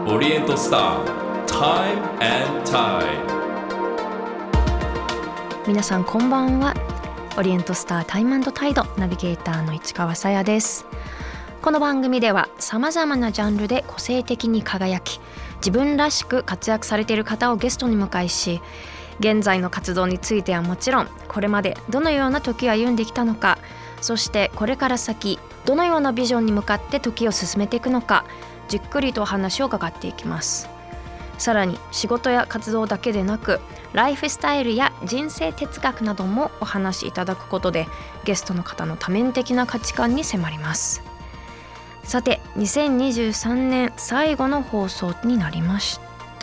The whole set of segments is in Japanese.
オリエントスター Time and Tide。 皆さんこんばんは。オリエントスタータイム&タイドナビゲーターの市川さやです。この番組ではさまざまなジャンルで個性的に輝き、自分らしく活躍されている方をゲストに迎えし、現在の活動についてはもちろん、これまでどのような時を歩んできたのか、そしてこれから先どのようなビジョンに向かって時を進めていくのか、じっくりとお話を伺っていきます。さらに仕事や活動だけでなく、ライフスタイルや人生哲学などもお話しいただくことで、ゲストの方の多面的な価値観に迫ります。さて、2023年最後の放送になりました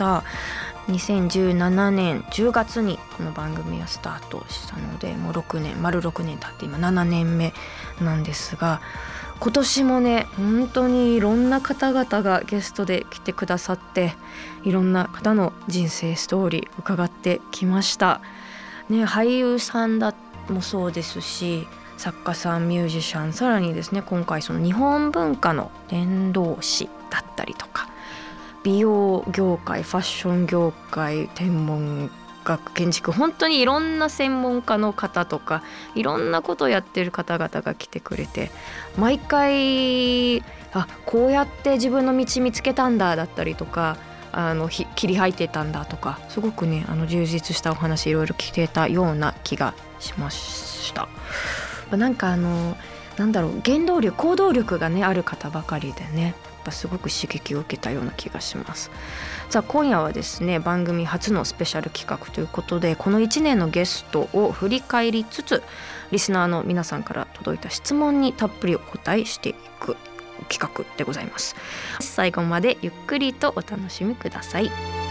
。2017年10月にこの番組はスタートしたので、もう丸6年経って今7年目なんですが、今年もね、本当にいろんな方々がゲストで来てくださって、いろんな方の人生ストーリー伺ってきました、ね、俳優さんもそうですし、作家さん、ミュージシャン、さらにですね、今回その日本文化の伝道師だったりとか、美容業界、ファッション業界、天文学、建築、本当にいろんな専門家の方とか、いろんなことをやってる方々が来てくれて、毎回こうやって自分の道見つけたんだだったりとか、切り入ってたんだとか、すごくね、充実したお話いろいろ聞けたような気がしました。なんか原動力、行動力がねある方ばかりでね、すごく刺激を受けたような気がします。さあ、今夜はですね、番組初のスペシャル企画ということで、この1年のゲストを振り返りつつ、リスナーの皆さんから届いた質問にたっぷりお答えしていく企画でございます。最後までゆっくりとお楽しみください。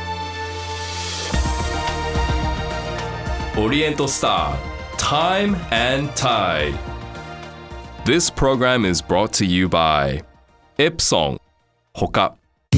オリエントスター Time and Tide。 This program is brought to you by エプソンほか。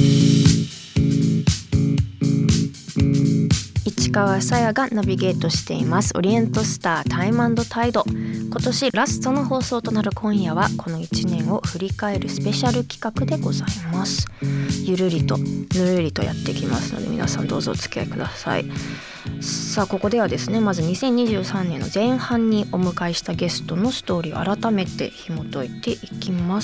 市川さやがナビゲートしていますオリエントスタータイム&タイド。今年ラストの放送となる今夜は、この1年を振り返るスペシャル企画でございます。ゆるりとぬるりとやっていきますので、皆さんどうぞお付き合いください。さあ、ここではですね、まず2023年の前半にお迎えしたゲストのストーリーを改めて紐解いていきます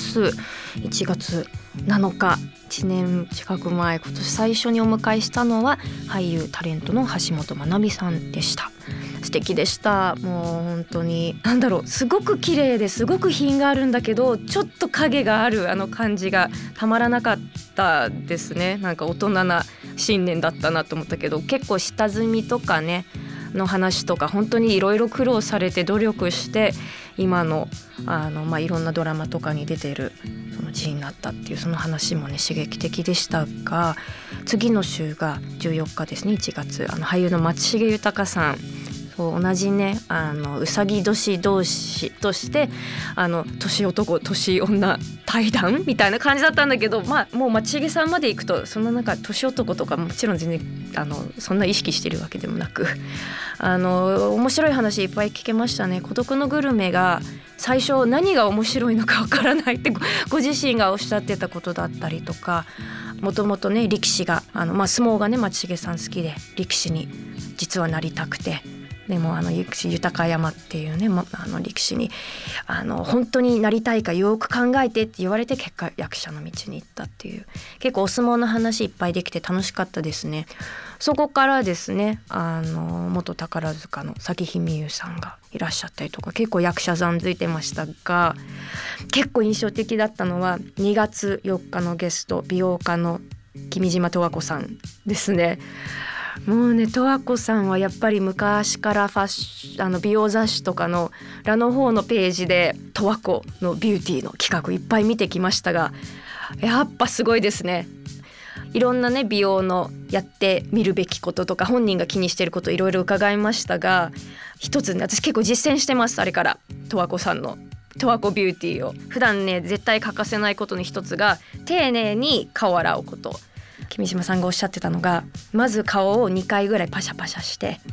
。1月7日、1年近く前、今年最初にお迎えしたのは俳優タレントの橋本まなみさんでした。素敵でした。もう本当にすごく綺麗ですごく品があるんだけど、ちょっと影がある感じがたまらなかったですね。なんか大人な新年だったなと思ったけど、結構下積みとかねの話とか、本当にいろいろ苦労されて努力して、今のいろんなドラマとかに出てるその字になったっていう、その話もね刺激的でしたが、次の週が14日ですね、1月、俳優の松重豊さん、同じねうさぎ年同士として年男年女対談みたいな感じだったんだけど、もう松重さんまで行くと、その年男とかもちろん全然そんな意識してるわけでもなく、面白い話いっぱい聞けましたね。孤独のグルメが最初何が面白いのかわからないってご自身がおっしゃってたことだったりとか、もともとね力士が相撲がね松重さん好きで、力士に実はなりたくて、でも豊山っていうね力士に本当になりたいかよく考えてって言われて、結果役者の道に行ったっていう、結構お相撲の話いっぱいできて楽しかったですね。そこからですね元宝塚の咲姫優さんがいらっしゃったりとか、結構役者さんついてましたが、結構印象的だったのは2月4日のゲスト、美容家の君島十和子さんですね。もうね、十和子さんはやっぱり昔から美容雑誌とかの裏の方のページで十和子のビューティーの企画いっぱい見てきましたが、やっぱすごいですね。いろんなね美容のやってみるべきこととか、本人が気にしていることいろいろ伺いましたが、一つね、私結構実践してます。あれから十和子さんの十和子ビューティーを普段ね絶対欠かせないことの一つが、丁寧に顔を洗うこと。君島さんがおっしゃってたのが、まず顔を2回ぐらいパシャパシャして、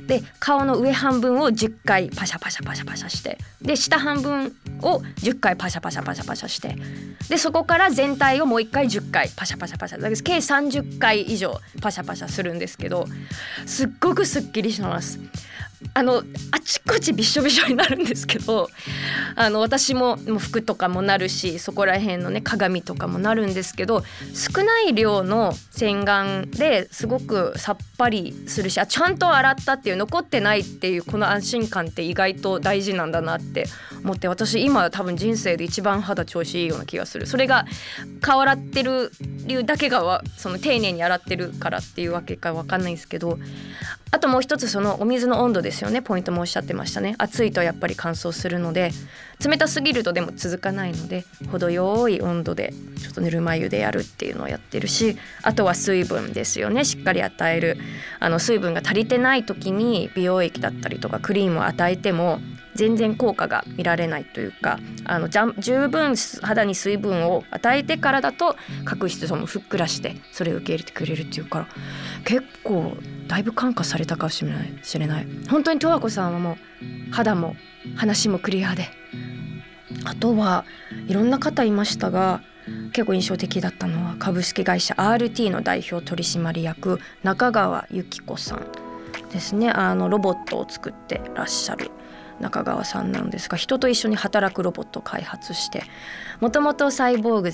で顔の上半分を10回パシャパシャパシャパシャして、で下半分を10回パシャパシャパシャパシャして、でそこから全体をもう1回10回パシャパシャパシャ、だから計30回以上パシャパシャするんですけど、すっごくすっきりします。あちこちびしょびしょになるんですけど、私も服とかもなるし、そこら辺のね鏡とかもなるんですけど、少ない量の洗顔ですごくさっぱりするし、ちゃんと洗ったっていう、残ってないっていうこの安心感って意外と大事なんだなって思って、私今多分人生で一番肌調子いいような気がする。それが顔洗ってる理由だけがその丁寧に洗ってるからっていうわけか分かんないんですけど、あともう一つそのお水の温度ですよね。ポイントもおっしゃってましたね。暑いとやっぱり乾燥するので、冷たすぎるとでも続かないので、程よい温度でちょっとぬるま湯でやるっていうのをやってるし、あとは水分ですよね。しっかり与える。水分が足りてない時に美容液だったりとかクリームを与えても全然効果が見られないというか、十分肌に水分を与えてからだと角質もふっくらしてそれを受け入れてくれるっていうから、結構だいぶ感化されたかもしれない。本当に十和子さんはもう肌も話もクリアで、あとはいろんな方いましたが、結構印象的だったのは株式会社 RT の代表取締役中川由紀子さんですね。ロボットを作ってらっしゃる中川さんなんですが、人と一緒に働くロボットを開発して、もともとサイボーグ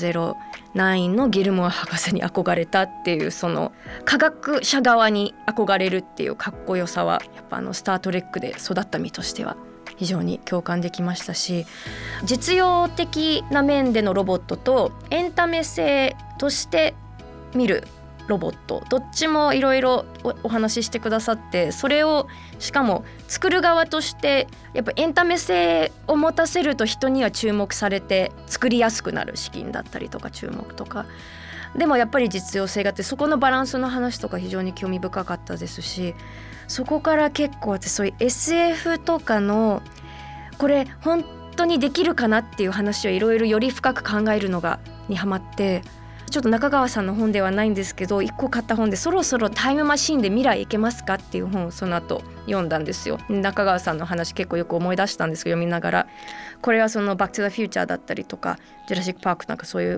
009のギルモア博士に憧れたっていう、その科学者側に憧れるっていうかっこよさはやっぱスタートレックで育った身としては非常に共感できましたし、実用的な面でのロボットとエンタメ性として見るロボット、どっちもいろいろお話ししてくださって、それをしかも作る側としてやっぱエンタメ性を持たせると人には注目されて作りやすくなる、資金だったりとか注目とか、でもやっぱり実用性があって、そこのバランスの話とか非常に興味深かったですし、そこから結構私そういう SF とかのこれ本当にできるかなっていう話をいろいろより深く考えるのがにハマって、ちょっと中川さんの本ではないんですけど、一個買った本でそろそろタイムマシンで未来行けますかっていう本をその後読んだんですよ。中川さんの話結構よく思い出したんですけど、読みながら、これはそのバックトゥザフューチャーだったりとかジュラシックパークなんかそういう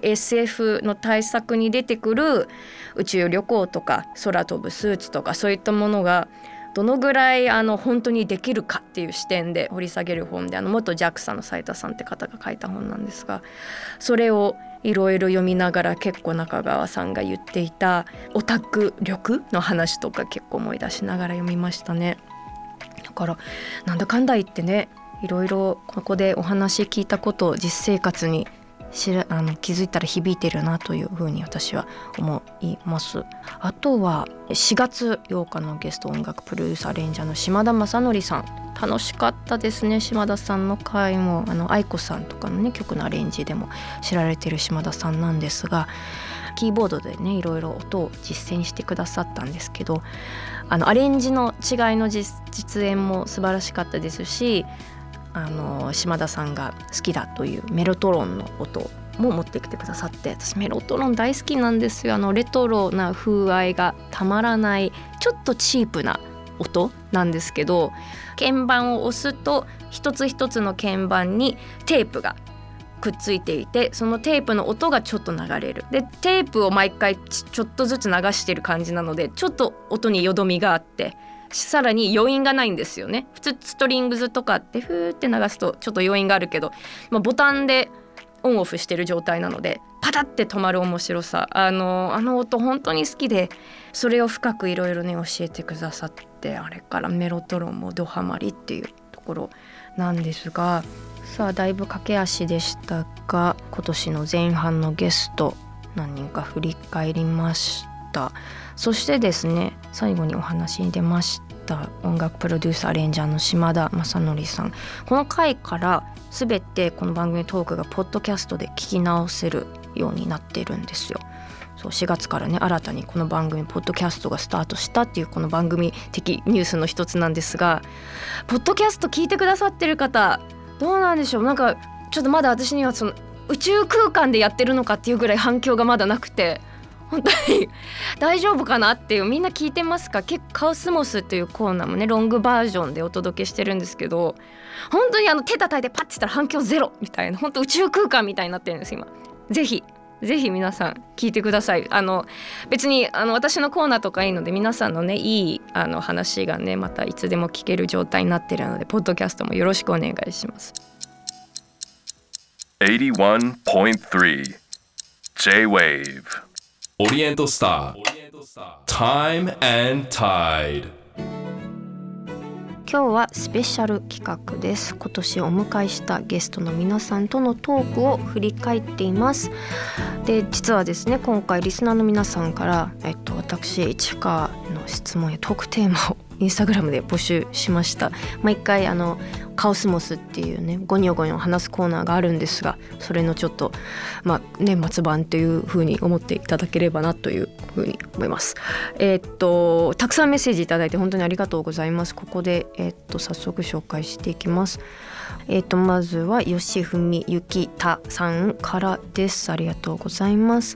SF の大作に出てくる宇宙旅行とか空飛ぶスーツとか、そういったものがどのぐらい本当にできるかっていう視点で掘り下げる本で、元 JAXA の斉田さんって方が書いた本なんですが、それをいろいろ読みながら結構中川さんが言っていたオタク力の話とか結構思い出しながら読みましたね。だからなんだかんだ言ってね、いろいろここでお話聞いたことを実生活に気づいたら響いてるなというふうに私は思います。あとは4月8日のゲスト音楽プロデューサーアレンジャーの島田正則さん、楽しかったですね。島田さんの回も愛子さんとかのね曲のアレンジでも知られている島田さんなんですが、キーボードでねいろいろ音を実践してくださったんですけど、アレンジの違いの実演も素晴らしかったですし、島田さんが好きだというメロトロンの音も持ってきてくださって、私メロトロン大好きなんですよ。レトロな風合いがたまらない、ちょっとチープな音なんですけど、鍵盤を押すと一つ一つの鍵盤にテープがくっついていて、そのテープの音がちょっと流れる。でテープを毎回ちょっとずつ流してる感じなので、ちょっと音によどみがあって、さらに余韻がないんですよね。普通ストリングスとかってフーって流すとちょっと余韻があるけど、ボタンでオンオフしてる状態なのでパタって止まる面白さ、あの音本当に好きで、それを深くいろいろね教えてくださって、あれからメロトロンもドハマりっていうところなんですが、さあだいぶ駆け足でしたが、今年の前半のゲスト何人か振り返りました。そしてですね、最後にお話に出ました音楽プロデューサーアレンジャーの島田正則さん、この回から全てこの番組トークがポッドキャストで聞き直せるようになっているんですよ。そう4月からね新たにこの番組ポッドキャストがスタートしたっていうこの番組的ニュースの一つなんですが、ポッドキャスト聞いてくださってる方どうなんでしょう。なんかちょっとまだ私にはその宇宙空間でやってるのかっていうぐらい反響がまだなくて、 本当に大丈夫かなっていう、みんな聞いてますか？結構カオスモスっていうコーナーもねロングバージョンでお届けしてるんですけど、本当に手叩いてパッてしたら反響ゼロみたいな、本当宇宙空間みたいになってるんです今。ぜひ皆さん聞いてください。別に私のコーナーとかいいので、皆さんのねいい話がねまたいつでも聞ける状態になってるので、ポッドキャストもよろしくお願いします。 81.3 J-Wave オリエントスター Time and Tide。 今日はスペシャル企画です。今年お迎えしたゲストの皆さんとのトークを振り返っています。で、実はですね、今回リスナーの皆さんから、私市川の質問やトークテーマをインスタグラムで募集しました。毎回カオスモスっていうねゴニョゴニョ話すコーナーがあるんですが、それのちょっと年末版という風に思っていただければなという風に思います。たくさんメッセージいただいて本当にありがとうございます。ここで早速紹介していきます。まずは吉文ゆきたさんからです。ありがとうございます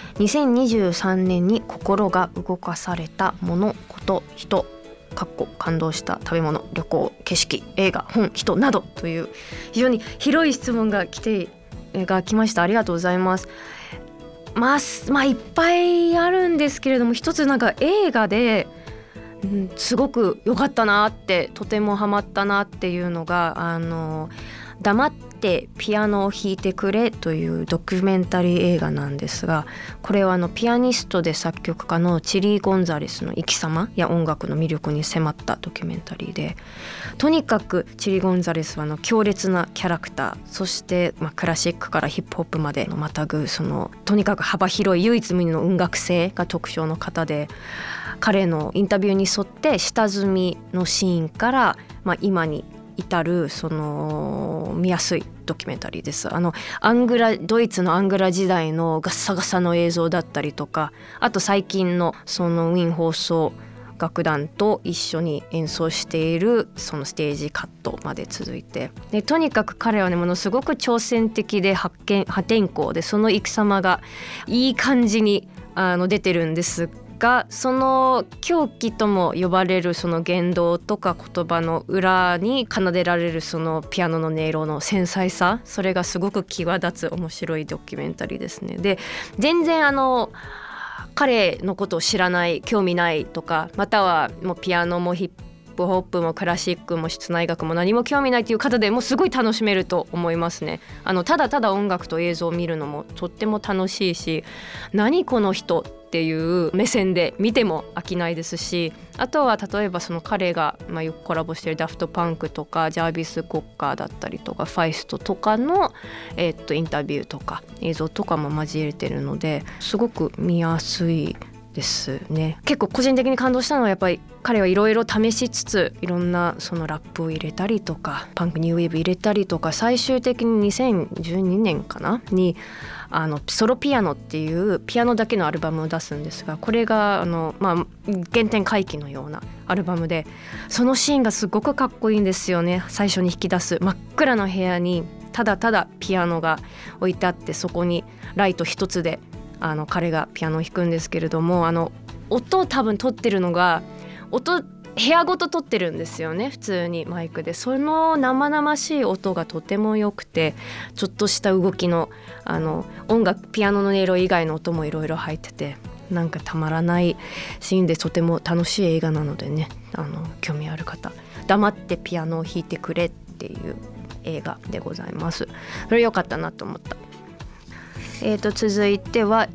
。2023年に心が動かされたもの、こと、人感動した食べ物、旅行、景色、映画、本、人などという非常に広い質問が来ました。ありがとうございます。いっぱいあるんですけれども、一つ映画ですごく良かったなって、とてもハマったなっていうのが黙ってピアノを弾いてくれというドキュメンタリー映画なんですが、これはピアニストで作曲家のチリー・ゴンザレスの生き様や音楽の魅力に迫ったドキュメンタリーで、とにかくチリー・ゴンザレスは強烈なキャラクター、そして、クラシックからヒップホップまでのまたぐとにかく幅広い唯一無二の音楽性が特徴の方で、彼のインタビューに沿って下積みのシーンから、今に至る見やすいドキュメンタリーです。ドイツのアングラ時代のガッサガサの映像だったりとか、あと最近のウィーン放送楽団と一緒に演奏しているそのステージカットまで続いて、でとにかく彼はねものすごく挑戦的で破天荒で、その生き様がいい感じに出てるんですが、その狂気とも呼ばれるその言動とか言葉の裏に奏でられるそのピアノの音色の繊細さ、それがすごく際立つ面白いドキュメンタリーですね。で、全然彼のことを知らない、興味ないとか、またはもうピアノもヒップホップもクラシックも室内楽も何も興味ないという方でもすごい楽しめると思いますね。ただただ音楽と映像を見るのもとっても楽しいし、何この人っていう目線で見ても飽きないですし、あとは例えばその彼がよくコラボしているダフトパンクとかジャービス・コッカーだったりとかファイストとかの、インタビューとか映像とかも交えてるので、すごく見やすいですね。結構個人的に感動したのはやっぱり彼はいろいろ試しつつ、いろんなそのラップを入れたりとかパンクニューウェーブ入れたりとか、最終的に2012年かなにソロピアノっていうピアノだけのアルバムを出すんですが、これが原点回帰のようなアルバムで、そのシーンがすごくかっこいいんですよね。最初に引き出す真っ暗な部屋にただただピアノが置いてあって、そこにライト一つで彼がピアノを弾くんですけれども、音を多分取ってるのが部屋ごと撮ってるんですよね、普通にマイクで。その生々しい音がとても良くて、ちょっとした動きの音楽、ピアノの音色以外の音もいろいろ入ってて、なんかたまらないシーンでとても楽しい映画なのでね、興味ある方、黙ってピアノを弾いてくれっていう映画でございます。それ良かったなと思った。続いては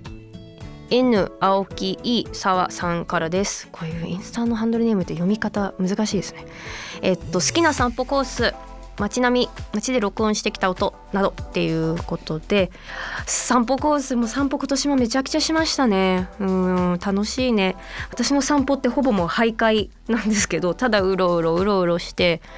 N 青木 E 沢さんからです。こういうインスタのハンドルネームって読み方難しいですね。好きな散歩コース、街で録音してきた音などっていうことで、散歩コースも散歩今年もめちゃくちゃしましたね。楽しいね。私の散歩ってほぼもう徘徊なんですけど、ただうろうろして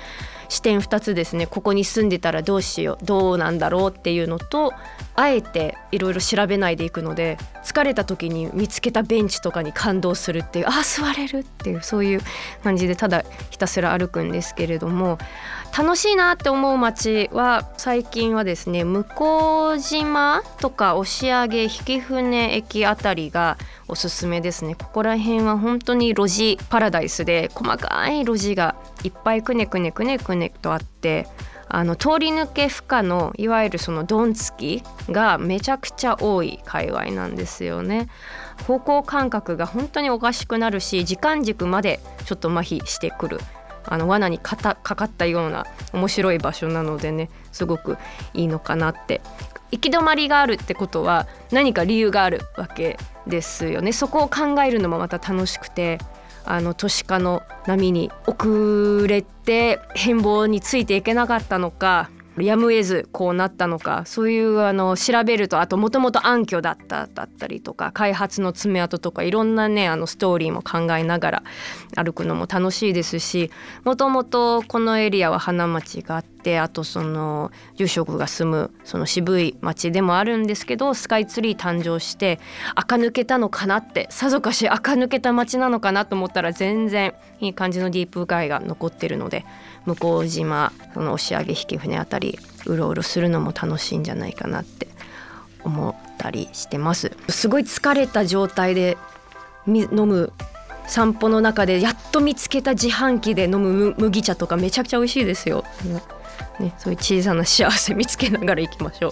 視点2つですね。ここに住んでたらどうしよう、どうなんだろうっていうのと、あえていろいろ調べないでいくので、疲れた時に見つけたベンチとかに感動するっていう、座れるっていう、そういう感じでただひたすら歩くんですけれども、楽しいなって思う街は最近はですね、向島とか押上曳舟駅あたりがおすすめですね。ここら辺は本当に路地パラダイスで、細かい路地がいっぱいくねくねとあって、通り抜け不可のいわゆるそのドンつきがめちゃくちゃ多い界隈なんですよね。方向感覚が本当におかしくなるし、時間軸までちょっと麻痺してくる、罠にかかったような面白い場所なのでね、すごくいいのかなって。行き止まりがあるってことは何か理由があるわけですよね。そこを考えるのもまた楽しくて、都市化の波に遅れて変貌についていけなかったのか、やむを得ずこうなったのか、そういう調べると、あともともと暗渠だったりとか、開発の爪痕とか、いろんなねストーリーも考えながら歩くのも楽しいですし、もともとこのエリアは花街があって、あとその住職が住むその渋い街でもあるんですけど、スカイツリー誕生して垢抜けたのかなって、さぞかし垢抜けた街なのかなと思ったら、全然いい感じのディープ街が残ってるので、向島、その押上曳舟あたりうろうろするのも楽しいんじゃないかなって思ったりしてます。すごい疲れた状態で飲む散歩の中でやっと見つけた自販機で飲む麦茶とかめちゃくちゃ美味しいですよ、ね、そういう小さな幸せ見つけながら行きましょう。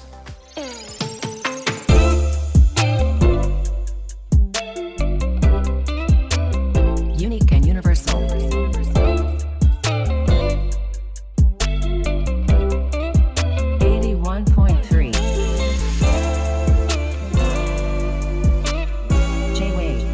Unique and universal. J-Wave.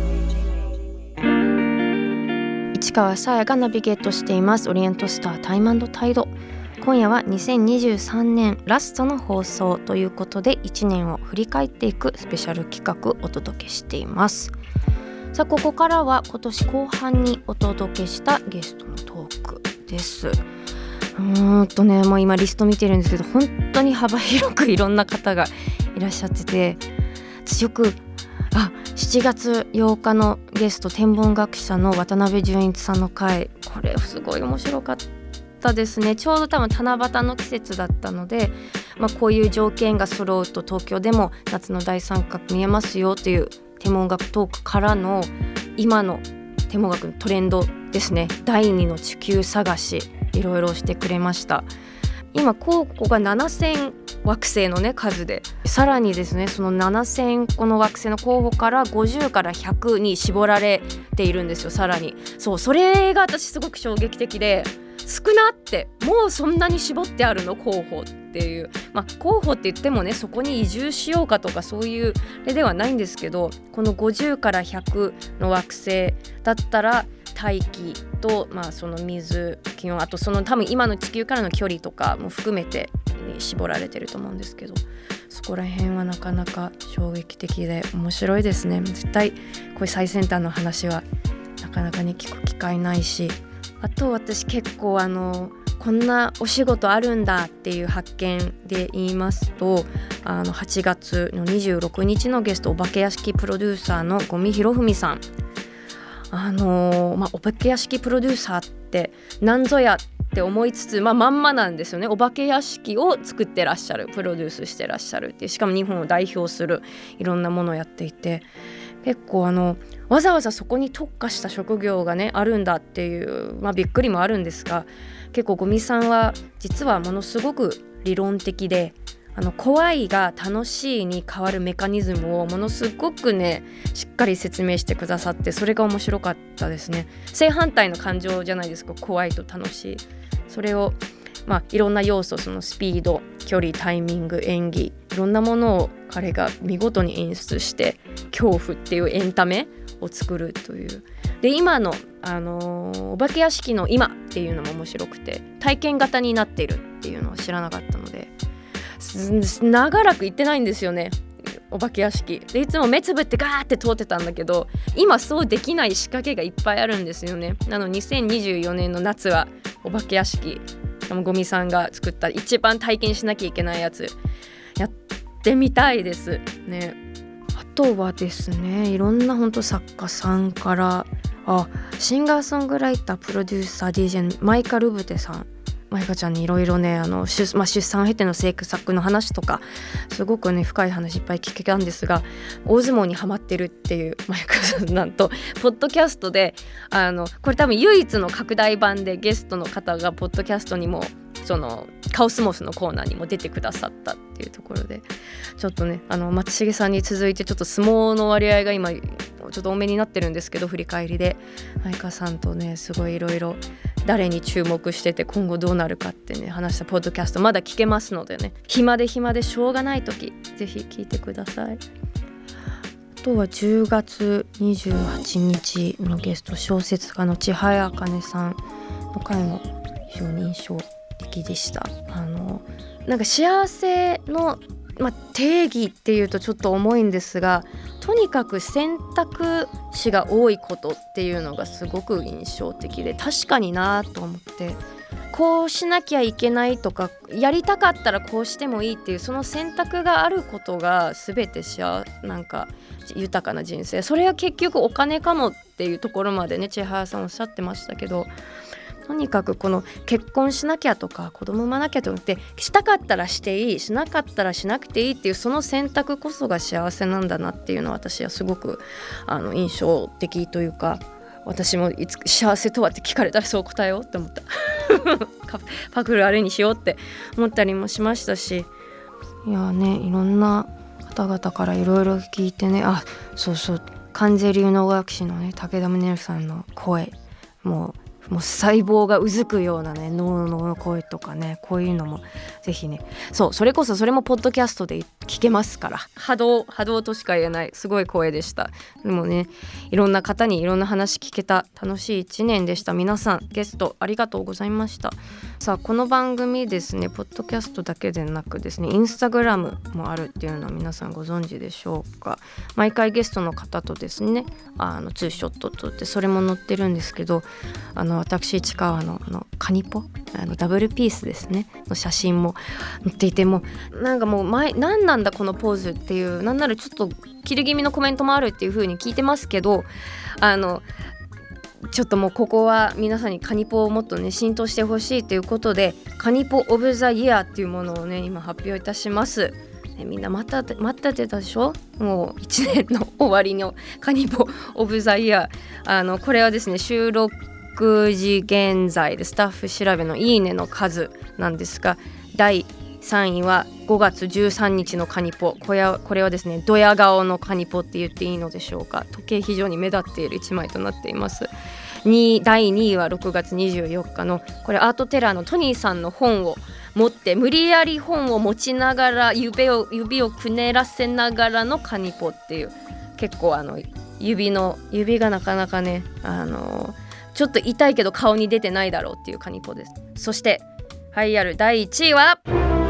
市川さやがナビゲートしていますオリエントスタータイム&タイド。今夜は2023年ラストの放送ということで、1年を振り返っていくスペシャル企画をお届けしています。さあ、ここからは今年後半にお届けしたゲストのトークです。もう今リスト見てるんですけど、本当に幅広くいろんな方がいらっしゃってて、私よく7月8日のゲスト、天文学者の渡辺淳一さんの回、これすごい面白かったですね。ちょうど多分七夕の季節だったので、こういう条件が揃うと東京でも夏の大三角見えますよという天文学トークからの今の天文学のトレンドですね。第2の地球探し、いろいろしてくれました。今候補が7000惑星のね数で、さらにですね、その7000個の惑星の候補から50から100に絞られているんですよ。さらにそれが私すごく衝撃的で、少なって、もうそんなに絞ってあるの候補っていう、候補って言ってもね、そこに移住しようかとかそういうあれではないんですけど、この50から100の惑星だったら大気と、その水、気温、あとその多分今の地球からの距離とかも含めてに絞られてると思うんですけど、そこら辺はなかなか衝撃的で面白いですね。絶対こういう最先端の話はなかなかに聞く機会ないし、あと私結構こんなお仕事あるんだっていう発見で言いますと、8月の26日のゲスト、お化け屋敷プロデューサーの五味博文さん。お化け屋敷プロデューサーってなんぞやって思いつつ、まんまなんですよね。お化け屋敷を作ってらっしゃる、プロデュースしてらっしゃるっていう、しかも日本を代表するいろんなものをやっていて、結構わざわざそこに特化した職業がねあるんだっていう、びっくりもあるんですが、結構五味さんは実はものすごく理論的で、怖いが楽しいに変わるメカニズムをものすごくねしっかり説明してくださって、それが面白かったですね。正反対の感情じゃないですか、怖いと楽しい。それをいろんな要素、そのスピード、距離、タイミング、演技、いろんなものを彼が見事に演出して恐怖っていうエンタメを作るという。で今の、お化け屋敷の今っていうのも面白くて、体験型になっているっていうのを知らなかったので、長らく行ってないんですよね、お化け屋敷で。いつも目つぶってガーって通ってたんだけど、今そうできない仕掛けがいっぱいあるんですよね。なので2024年の夏はお化け屋敷かもゴミさんが作った一番体験しなきゃいけないやつやってみたいですね。あとはですね、いろんな本当作家さんからシンガーソングライタープロデューサー DJ マイカ・ルブテさん、マイカちゃんにいろいろね出産を経ての制作の話とかすごくね深い話いっぱい聞けたんですが、大相撲にハマってるっていうマイカさんなんとポッドキャストでこれ多分唯一の拡大版でゲストの方がポッドキャストにもそのカオスモスのコーナーにも出てくださったっていうところで、ちょっとね松重さんに続いてちょっと相撲の割合が今ちょっと多めになってるんですけど、振り返りでマイカさんとねすごいいろいろ誰に注目してて今後どうなるかってね話したポッドキャストまだ聞けますのでね、暇でしょうがない時ぜひ聞いてください。あとは10月28日のゲスト小説家の千早茜さんの回も非常に印象的でした。なんか幸せの、定義っていうとちょっと重いんですが、とにかく選択肢が多いことっていうのがすごく印象的で、確かになと思って、こうしなきゃいけないとかやりたかったらこうしてもいいっていうその選択があることが全てなんか豊かな人生、それは結局お金かもっていうところまでね千早さんおっしゃってましたけど、とにかくこの結婚しなきゃとか子供産まなきゃと思ってしたかったらしていいしなかったらしなくていいっていうその選択こそが幸せなんだなっていうのは私はすごく印象的というか、私もいつ幸せとはって聞かれたらそう答えようって思ったパクるあれにしようって思ったりもしましたし、いやねいろんな方々からいろいろ聞いてね、そう関税流能楽師のね武田宗さんの声もう細胞がうずくようなね脳の声とかね、こういうのもぜひね、それこそそれもポッドキャストで聞けますから、波動としか言えないすごい声でした。でもねいろんな方にいろんな話聞けた楽しい1年でした。皆さんゲストありがとうございました。さあこの番組ですねポッドキャストだけでなくですねインスタグラムもあるっていうのは皆さんご存知でしょうか。毎回ゲストの方とですねツーショット撮ってそれも載ってるんですけど、私市川のカニポダブルピースですねの写真も載っていて、もうなんかもう何なんだこのポーズっていう、なんならちょっとキレ気味のコメントもあるっていう風に聞いてますけど、ちょっともうここは皆さんにカニポをもっとね浸透してほしいということで、カニポオブザイヤーっていうものをね今発表いたします。みんな待ってたでしょ。もう1年の終わりのカニポオブザイヤー、これはですね収録時現在でスタッフ調べのいいねの数なんですが、第3位は5月13日のカニポ、これはですねドヤ顔のカニポって言っていいのでしょうか。時計非常に目立っている1枚となっています。第2位は6月24日のこれアートテラーのトニーさんの本を持って無理やり本を持ちながら指をくねらせながらのカニポっていう、結構指がなかなかねちょっと痛いけど顔に出てないだろうっていうカニポです。そして栄えある第1位は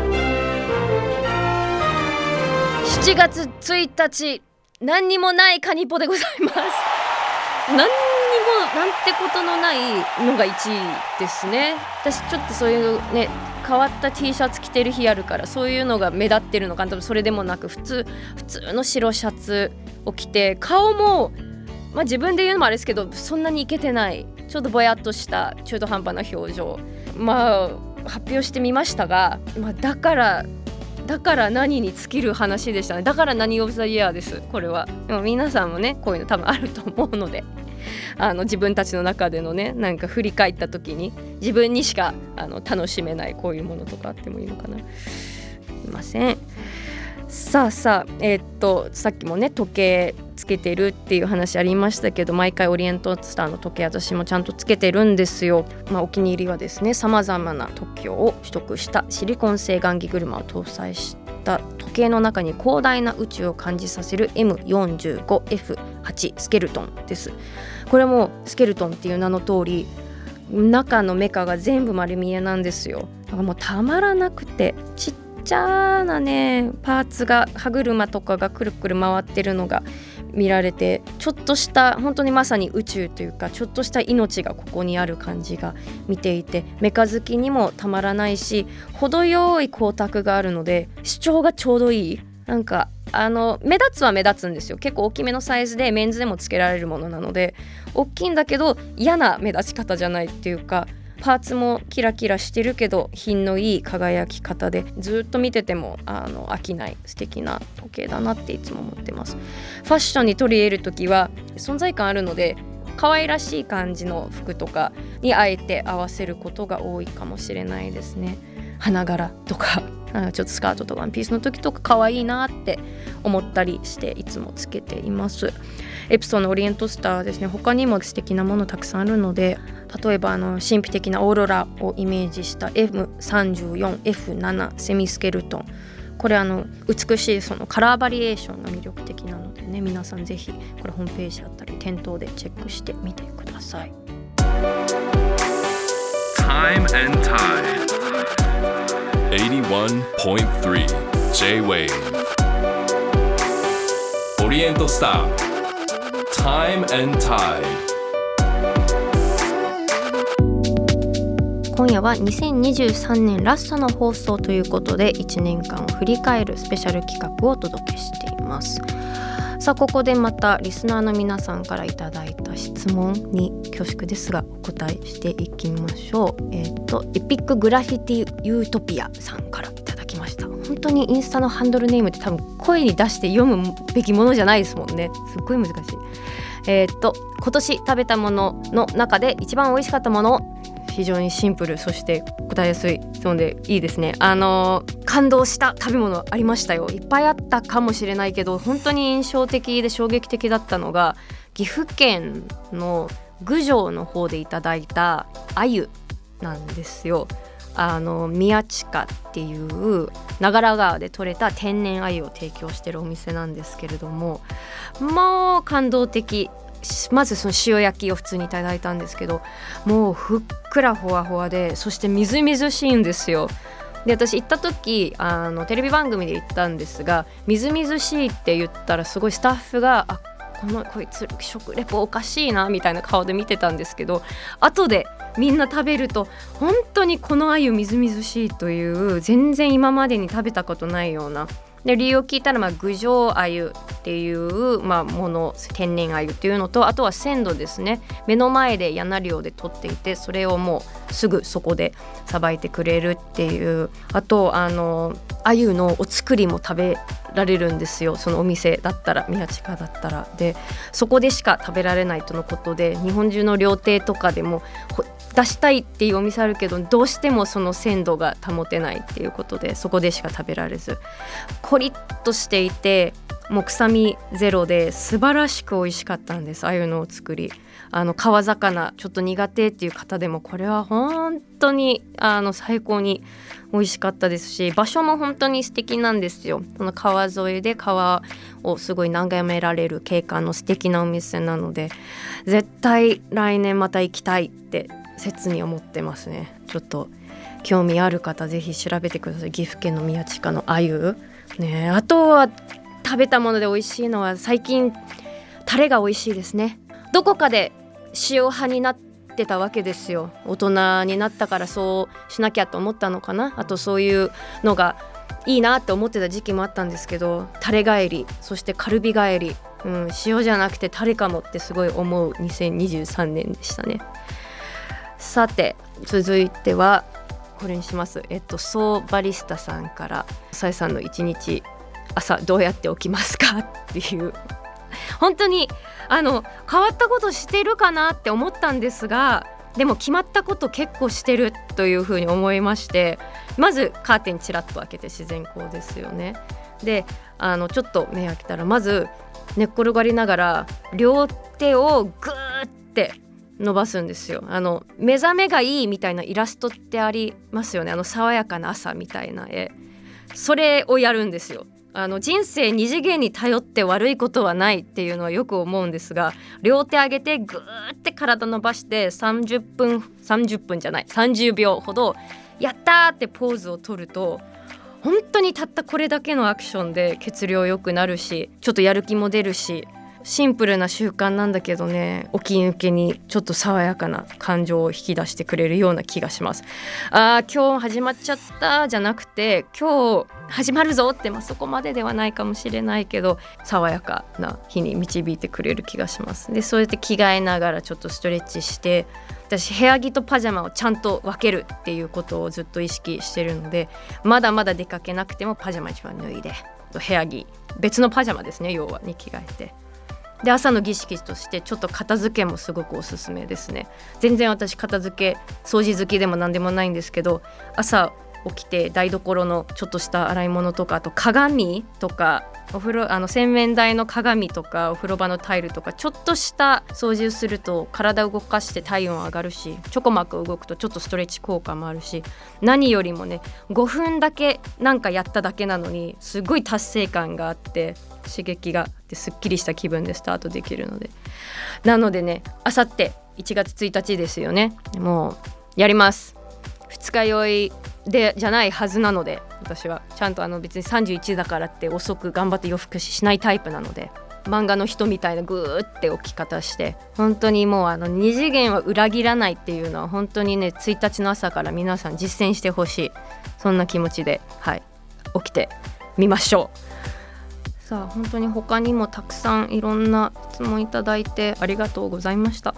7月1日何にもないカニポでございます。何にもなんてことのないのが1位ですね。私ちょっとそういうね変わった T シャツ着てる日あるからそういうのが目立ってるのかな。多分それでもなく普通の白シャツを着て、顔も自分で言うのもあれですけどそんなにイケてない、ちょっとぼやっとした中途半端な表情、発表してみましたが、だから何に尽きる話でしたね。だから何オブザイヤーです。これはでも皆さんもねこういうの多分あると思うので自分たちの中でのねなんか振り返った時に自分にしか楽しめないこういうものとかあってもいいのかな。すいません。さあさっきもね時計つけてるっていう話ありましたけど、毎回オリエントスターの時計私もちゃんとつけてるんですよ。お気に入りはですねさまざまな特許を取得したシリコン製雁木車を搭載した時計の中に広大な宇宙を感じさせる M45F8 スケルトンです。これもスケルトンっていう名の通り中のメカが全部丸見えなんですよ。だからもうたまらなくてちっちゃなねパーツが歯車とかがくるくる回ってるのが見られて、ちょっとした本当にまさに宇宙というか、ちょっとした命がここにある感じが見ていて、メカ好きにもたまらないし、程よい光沢があるので主張がちょうどいい。なんか目立つは目立つんですよ。結構大きめのサイズでメンズでもつけられるものなので大きいんだけど嫌な目立ち方じゃないっていうか、パーツもキラキラしてるけど品のいい輝き方で、ずっと見てても飽きない素敵な時計だなっていつも思ってます。ファッションに取り入れる時は存在感あるので、可愛らしい感じの服とかにあえて合わせることが多いかもしれないですね。花柄とかちょっとスカートとワンピースの時とか可愛いなって思ったりしていつもつけています。エプソンのオリエントスターですね、他にも素敵なものたくさんあるので、例えば神秘的なオーロラをイメージした M34、F7 セミスケルトン、これ美しいそのカラーバリエーションが魅力的なのでね、皆さんぜひこれホームページあったり店頭でチェックしてみてください。 Time and Tide 81.3 J-Wave オリエントスター Time and Tide。 今夜は2023年ラストの放送ということで、1年間を振り返るスペシャル企画をお届けしています。さあここでまたリスナーの皆さんからいただいた質問に恐縮ですがお答えしていきましょう。エピックグラフィティユートピアさんからいただきました。本当にインスタのハンドルネームって多分声に出して読むべきものじゃないですもんね。すっごい難しい。今年食べたものの中で一番美味しかったもの、非常にシンプル、そして答えやすい質問でいいですね。感動した食べ物ありましたよ。いっぱいあったかもしれないけど、本当に印象的で衝撃的だったのが岐阜県の郡上の方でいただいた鮎なんですよ。宮近っていう長良川で採れた天然鮎を提供しているお店なんですけれども、もう感動的。まずその塩焼きを普通にいただいたんですけど、もうふっくらほわほわで、そしてみずみずしいんですよ。で私行った時テレビ番組で行ったんですが、みずみずしいって言ったらすごいスタッフがこいつ食レポおかしいなみたいな顔で見てたんですけど、後でみんな食べると本当にこの鮎みずみずしいという、全然今までに食べたことないような。で理由を聞いたら郡上鮎っていう、もの、天然鮎っていうのと、あとは鮮度ですね。目の前でやな漁で取っていて、それをもうすぐそこでさばいてくれるっていう。あと鮎のお作りも食べられるんですよ、そのお店だったら、宮近だったら。でそこでしか食べられないとのことで、日本中の料亭とかでも出したいっていうお店あるけど、どうしてもその鮮度が保てないっていうことで、そこでしか食べられず、コリッとしていてもう臭みゼロで素晴らしく美味しかったんです。鮎のお作り、川魚ちょっと苦手っていう方でもこれは本当に最高に美味しかったですし、場所も本当に素敵なんですよ。その川沿いで川をすごい眺められる景観の素敵なお店なので、絶対来年また行きたいって切に思ってますね。ちょっと興味ある方ぜひ調べてください。岐阜県の宮近の鮎ね。あとは食べたもので美味しいのは、最近タレが美味しいですね。どこかで塩派になってたわけですよ。大人になったからそうしなきゃと思ったのかな。あとそういうのがいいなって思ってた時期もあったんですけど、タレ帰り、そしてカルビ帰り、塩じゃなくてタレかもってすごい思う2023年でしたね。さて続いてはこれにします。ソーバリスタさんから、さえさんの一日朝どうやって起きますかっていう、本当に変わったことしてるかなって思ったんですが、でも決まったこと結構してるというふうに思いまして、まずカーテンチラッと開けて自然光ですよね。でちょっと目開けたら、まず寝っ転がりながら両手をグーって伸ばすんですよ。目覚めがいいみたいなイラストってありますよね。爽やかな朝みたいな絵、それをやるんですよ。人生二次元に頼って悪いことはないっていうのはよく思うんですが、両手上げてグーって体伸ばして30秒ほどやったーってポーズを取ると、本当にたったこれだけのアクションで血流良くなるし、ちょっとやる気も出るし、 シンプルな習慣なんだけどね、起き抜けにちょっと爽やかな感情を引き出してくれるような気がします。今日始まっちゃったじゃなくて、今日始まるぞって、そこまでではないかもしれないけど、爽やかな日に導いてくれる気がします。でそうやって着替えながらちょっとストレッチして、私部屋着とパジャマをちゃんと分けるっていうことをずっと意識してるので、まだまだ出かけなくてもパジャマ一番脱いで、部屋着別のパジャマですね、要はに着替えて、で朝の儀式としてちょっと片付けもすごくおすすめですね。全然私片付け掃除好きでも何でもないんですけど、朝起きて台所のちょっとした洗い物とか、あと鏡とかお風呂洗面台の鏡とかお風呂場のタイルとか、ちょっとした掃除をすると体を動かして体温上がるし、ちょこまか動くとちょっとストレッチ効果もあるし、何よりもね5分だけなんかやっただけなのにすごい達成感があって、刺激があってすっきりした気分でスタートできるので、なのでね、あさって1月1日ですよね。もうやります。二日酔いでじゃないはずなので、私はちゃんと別に31だからって遅く頑張って夜更かししないタイプなので、漫画の人みたいなグーって起き方して、本当にもう2次元は裏切らないっていうのは本当にね、1日の朝から皆さん実践してほしい、そんな気持ちで、起きてみましょう。さあ本当に他にもたくさんいろんな質問いただいてありがとうございました。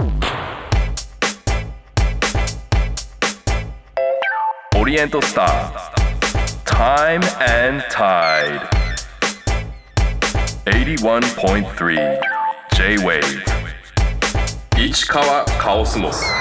オリエントスター Time and Tide 81.3 J-Wave 市川カオスモス。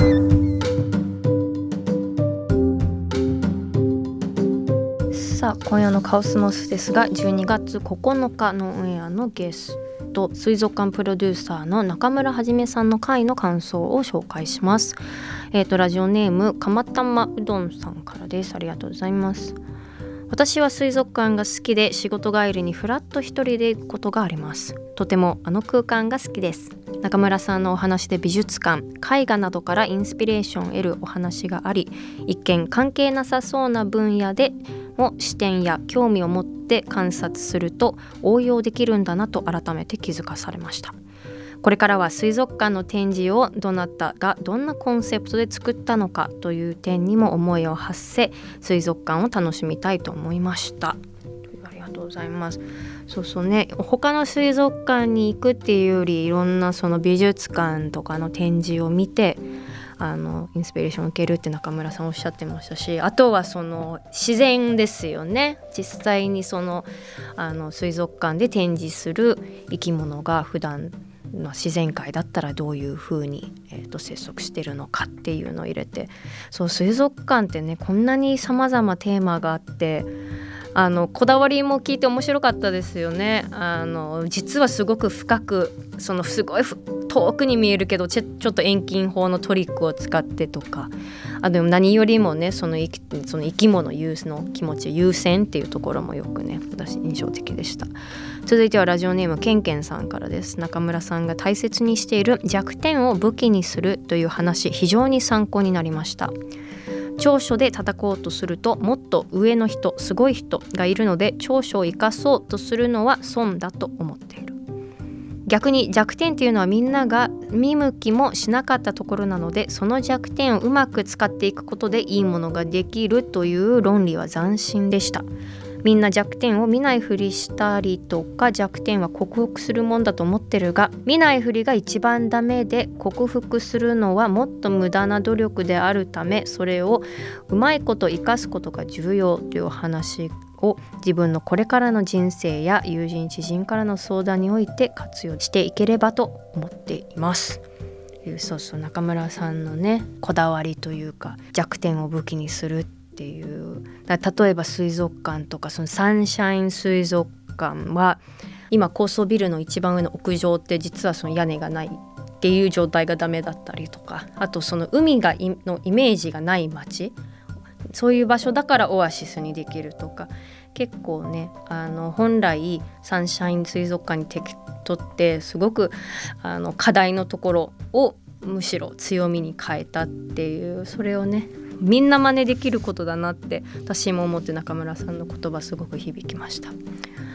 さあ今夜のカオスモスですが、12月9日のオンエアのゲスト、水族館プロデューサーの中村はじめさんの回の感想を紹介します。ラジオネームかまたまうどんさんからです。ありがとうございます。私は水族館が好きで、仕事帰りにふらっと一人で行くことがあります。とても空間が好きです。中村さんのお話で美術館、絵画などからインスピレーションを得るお話があり、一見関係なさそうな分野でも視点や興味を持って観察すると応用できるんだなと改めて気づかされました。これからは水族館の展示をどなたがどんなコンセプトで作ったのかという点にも思いを馳せ、水族館を楽しみたいと思いました。ありがとうございます。そうね、他の水族館に行くっていうより、いろんなその美術館とかの展示を見てインスピレーションを受けるって中村さんおっしゃってましたし、あとはその自然ですよね。実際にその水族館で展示する生き物が普段自然界だったらどういう風に、接続してるのかっていうのを入れて、そう水族館ってね、こんなに様々テーマがあって、こだわりも聞いて面白かったですよね。実はすごく深く、そのすごい遠くに見えるけどちょっと遠近法のトリックを使ってとか、でも何よりもね、その生き物の気持ち優先っていうところもよくね、私印象的でした。続いてはラジオネームけんけんさんからです。中村さんが大切にしている弱点を武器にするという話、非常に参考になりました。長所で叩こうとすると、もっと上の人、すごい人がいるので、長所を生かそうとするのは損だと思っている。逆に弱点っていうのはみんなが見向きもしなかったところなので、その弱点をうまく使っていくことでいいものができるという論理は斬新でした。みんな弱点を見ないふりしたりとか、弱点は克服するもんだと思ってるが、見ないふりが一番ダメで、克服するのはもっと無駄な努力であるため、それをうまいこと生かすことが重要という話を自分のこれからの人生や友人知人からの相談において活用していければと思っています。そう中村さんのね、こだわりというか、弱点を武器にするっていう。例えば水族館とか、そのサンシャイン水族館は今高層ビルの一番上の屋上って実はその屋根がないっていう状態がダメだったりとか、あとその海のイメージがない街、そういう場所だからオアシスにできるとか、結構ね、本来サンシャイン水族館にとってすごく課題のところをむしろ強みに変えたっていう、それをね、みんな真似できることだなって私も思って、中村さんの言葉すごく響きました。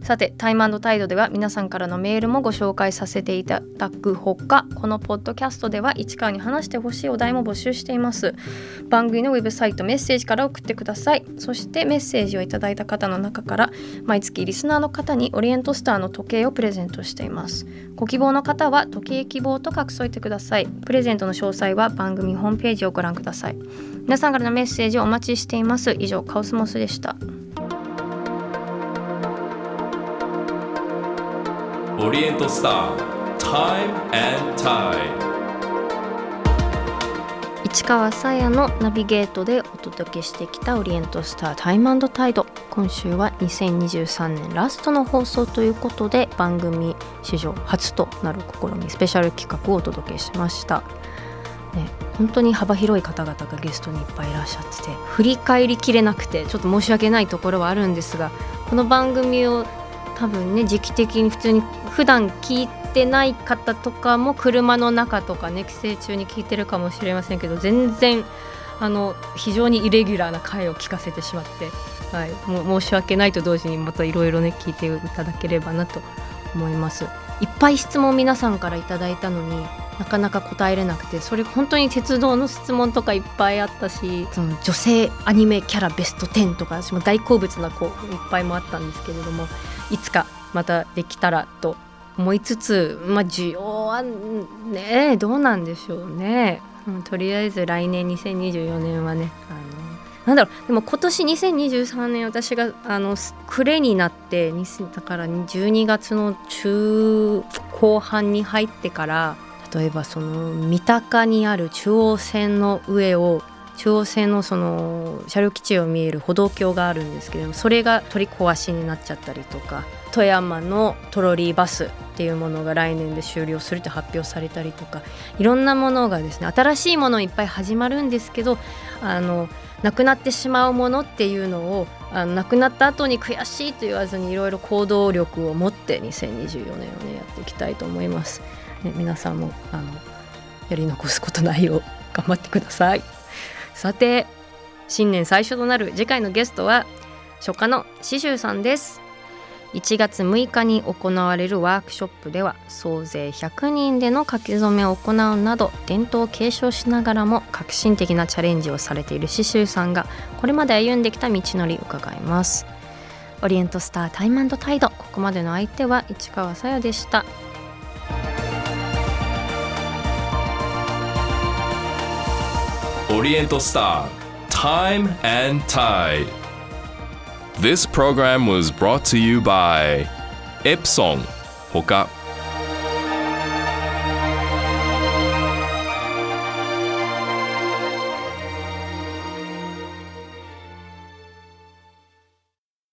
さてタイム&タイドでは皆さんからのメールもご紹介させていただくほか、このポッドキャストでは市川に話してほしいお題も募集しています。番組のウェブサイトメッセージから送ってください。そしてメッセージをいただいた方の中から毎月リスナーの方にオリエントスターの時計をプレゼントしています。ご希望の方は時計希望と書き添えてください。プレゼントの詳細は番組ホームページをご覧ください。皆さんからのメッセージをお待ちしています。以上カオスモスでした。 オリエントスター Time and Tide。 市川さやのナビゲートでお届けしてきたオリエントスタータイム&タイド。今週は2023年ラストの放送ということで、番組史上初となる試みスペシャル企画をお届けしました、本当に幅広い方々がゲストにいっぱいいらっしゃってて、振り返りきれなくてちょっと申し訳ないところはあるんですが、この番組を多分ね時期的に普通に普段聞いてない方とかも車の中とかね帰省中に聞いてるかもしれませんけど、全然非常にイレギュラーな回を聞かせてしまって、もう申し訳ないと同時にまたいろいろね聞いていただければなと思います。いっぱい質問皆さんからいただいたのになかなか答えれなくて、それ本当に鉄道の質問とかいっぱいあったし、その女性アニメキャラベスト10とか私も大好物な子いっぱいもあったんですけれども、いつかまたできたらと思いつつ、需要はねどうなんでしょうね、とりあえず来年2024年はねでも今年2023年私が暮れになってだから12月の中後半に入ってから、例えばその三鷹にある中央線の上を中央線のその車両基地を見える歩道橋があるんですけれども、それが取り壊しになっちゃったりとか、富山のトロリーバスっていうものが来年で終了するって発表されたりとか、いろんなものがですね、新しいものいっぱい始まるんですけど、なくなってしまうものっていうのをなくなった後に悔しいと言わずにいろいろ行動力を持って2024年をねやっていきたいと思います、皆さんもやり残すことないよう頑張ってください。さて新年最初となる次回のゲストは書家の紫舟さんです。1月6日に行われるワークショップでは総勢100人での書き初めを行うなど伝統を継承しながらも革新的なチャレンジをされている紫舟さんがこれまで歩んできた道のりを伺います。オリエントスタータイム&タイド、ここまでの相手は市川さやでした。 Oriental Star Time and Tide. This program was brought to you by Epson ほか